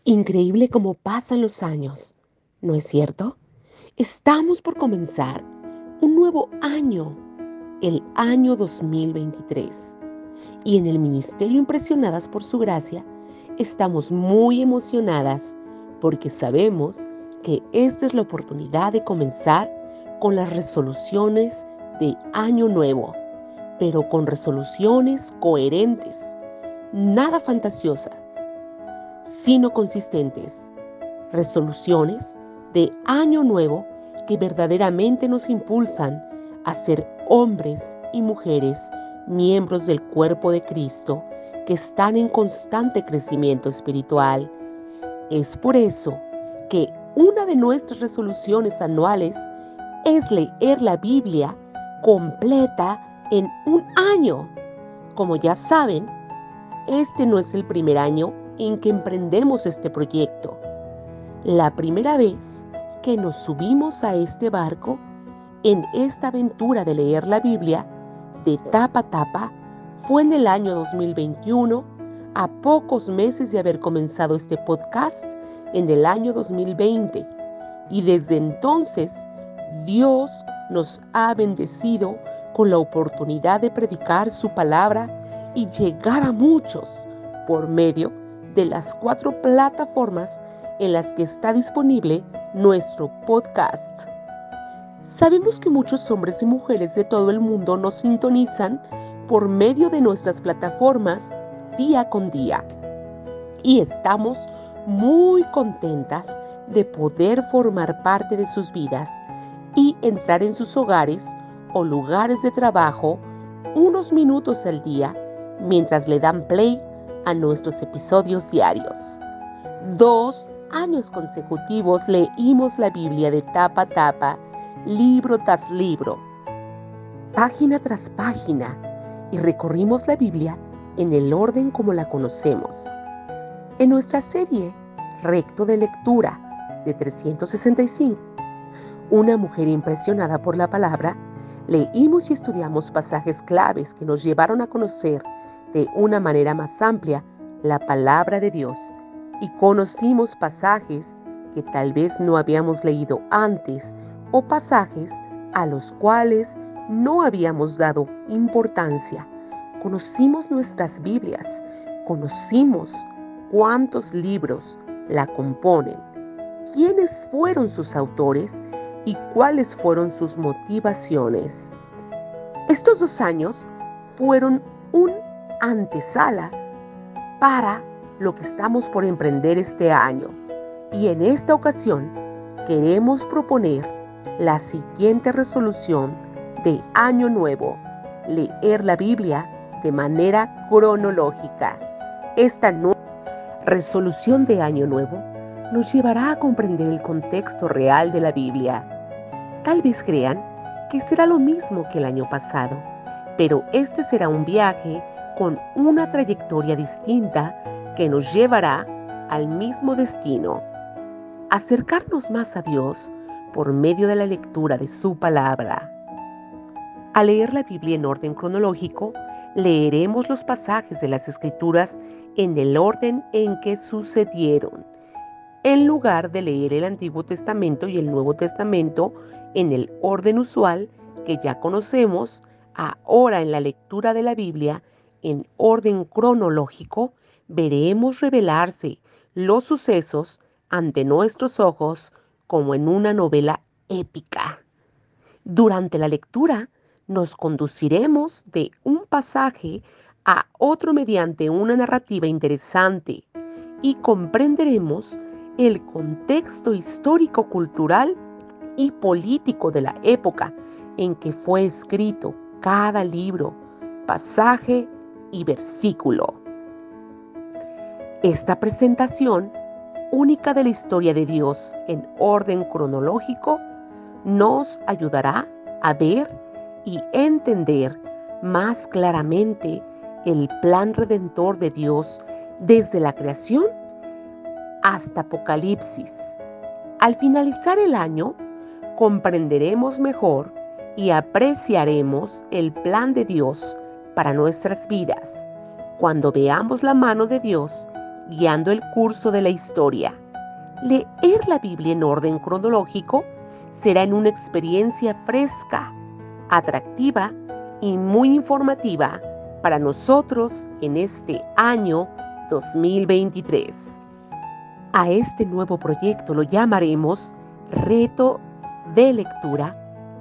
Increíble cómo pasan los años, ¿no es cierto? Estamos por comenzar un nuevo año, el año 2023. Y en el Ministerio Impresionadas por Su Gracia, estamos muy emocionadas porque sabemos que esta es la oportunidad de comenzar con las resoluciones de Año Nuevo, pero con resoluciones coherentes, nada fantasiosas, sino consistentes. Resoluciones de Año Nuevo que verdaderamente nos impulsan a ser hombres y mujeres, miembros del cuerpo de Cristo, que están en constante crecimiento espiritual. Es por eso que una de nuestras resoluciones anuales es leer la Biblia completa en un año. Como ya saben, este no es el primer año en que emprendemos este proyecto. La primera vez que nos subimos a este barco, en esta aventura de leer la Biblia de tapa a tapa, fue en el año 2021, a pocos meses de haber comenzado este podcast en el año 2020. Y desde entonces, Dios nos ha bendecido con la oportunidad de predicar su palabra y llegar a muchos por medio de las 4 plataformas en las que está disponible nuestro podcast. Sabemos que muchos hombres y mujeres de todo el mundo nos sintonizan por medio de nuestras plataformas día con día. Y estamos muy contentas de poder formar parte de sus vidas y entrar en sus hogares o lugares de trabajo unos minutos al día mientras le dan play a nuestros episodios diarios. 2 años consecutivos leímos la Biblia de tapa a tapa, libro tras libro, página tras página, y recorrimos la Biblia en el orden como la conocemos. En nuestra serie Recto de Lectura de 365, una mujer impresionada por la palabra, leímos y estudiamos pasajes claves que nos llevaron a conocer de una manera más amplia la palabra de Dios, y conocimos pasajes que tal vez no habíamos leído antes o pasajes a los cuales no habíamos dado importancia. Conocimos nuestras Biblias, conocimos cuántos libros la componen, quiénes fueron sus autores y cuáles fueron sus motivaciones. Estos 2 años fueron un antesala para lo que estamos por emprender este año. Y en esta ocasión queremos proponer la siguiente resolución de Año Nuevo: leer la Biblia de manera cronológica. Esta nueva resolución de Año Nuevo nos llevará a comprender el contexto real de la Biblia. Tal vez crean que será lo mismo que el año pasado, pero este será un viaje con una trayectoria distinta que nos llevará al mismo destino: acercarnos más a Dios por medio de la lectura de su palabra. Al leer la Biblia en orden cronológico, leeremos los pasajes de las Escrituras en el orden en que sucedieron, en lugar de leer el Antiguo Testamento y el Nuevo Testamento en el orden usual que ya conocemos. Ahora, en la lectura de la Biblia en orden cronológico, veremos revelarse los sucesos ante nuestros ojos como en una novela épica. Durante la lectura nos conduciremos de un pasaje a otro mediante una narrativa interesante y comprenderemos el contexto histórico-cultural y político de la época en que fue escrito cada libro, pasaje y versículo. Esta presentación única de la historia de Dios en orden cronológico nos ayudará a ver y entender más claramente el plan redentor de Dios desde la creación hasta Apocalipsis. Al finalizar el año, comprenderemos mejor y apreciaremos el plan de Dios para nuestras vidas, cuando veamos la mano de Dios guiando el curso de la historia. Leer la Biblia en orden cronológico será en una experiencia fresca, atractiva y muy informativa para nosotros en este año 2023. A este nuevo proyecto lo llamaremos Reto de Lectura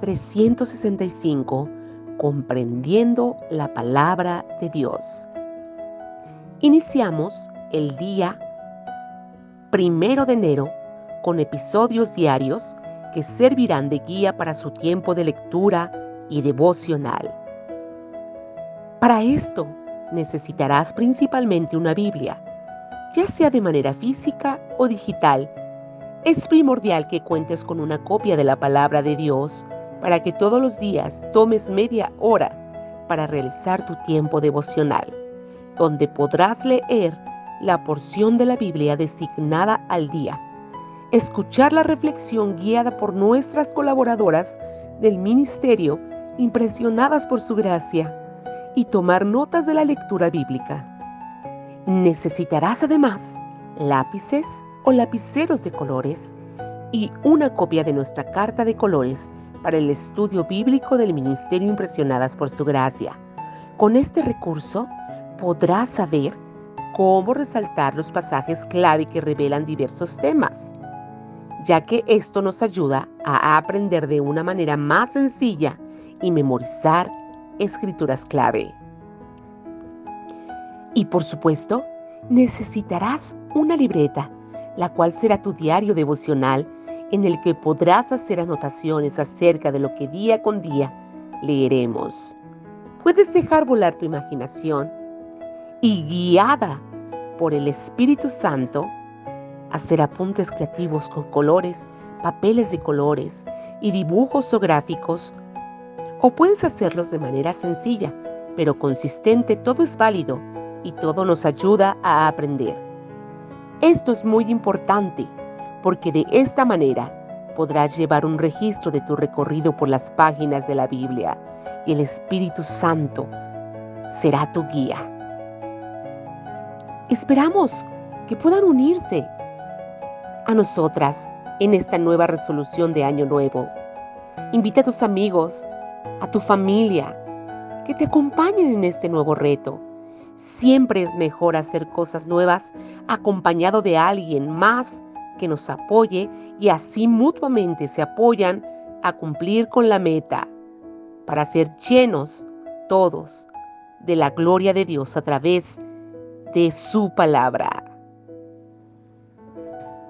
365, comprendiendo la palabra de Dios. Iniciamos el día 1 de enero con episodios diarios que servirán de guía para su tiempo de lectura y devocional. Para esto necesitarás principalmente una Biblia, ya sea de manera física o digital. Es primordial que cuentes con una copia de la palabra de Dios para que todos los días tomes media hora para realizar tu tiempo devocional, donde podrás leer la porción de la Biblia designada al día, escuchar la reflexión guiada por nuestras colaboradoras del ministerio, impresionadas por su gracia, y tomar notas de la lectura bíblica. Necesitarás además lápices o lapiceros de colores y una copia de nuestra carta de colores para el estudio bíblico del ministerio Impresionadas por su gracia. Con este recurso podrás saber cómo resaltar los pasajes clave que revelan diversos temas, ya que esto nos ayuda a aprender de una manera más sencilla y memorizar escrituras clave. Y por supuesto, necesitarás una libreta, la cual será tu diario devocional en el que podrás hacer anotaciones acerca de lo que día con día leeremos. Puedes dejar volar tu imaginación y, guiada por el Espíritu Santo, hacer apuntes creativos con colores, papeles de colores y dibujos o gráficos. O puedes hacerlos de manera sencilla, pero consistente. Todo es válido y todo nos ayuda a aprender. Esto es muy importante porque de esta manera podrás llevar un registro de tu recorrido por las páginas de la Biblia y el Espíritu Santo será tu guía. Esperamos que puedan unirse a nosotras en esta nueva resolución de Año Nuevo. Invita a tus amigos, a tu familia, que te acompañen en este nuevo reto. Siempre es mejor hacer cosas nuevas acompañado de alguien más que nos apoye, y así mutuamente se apoyan a cumplir con la meta para ser llenos todos de la gloria de Dios a través de su palabra.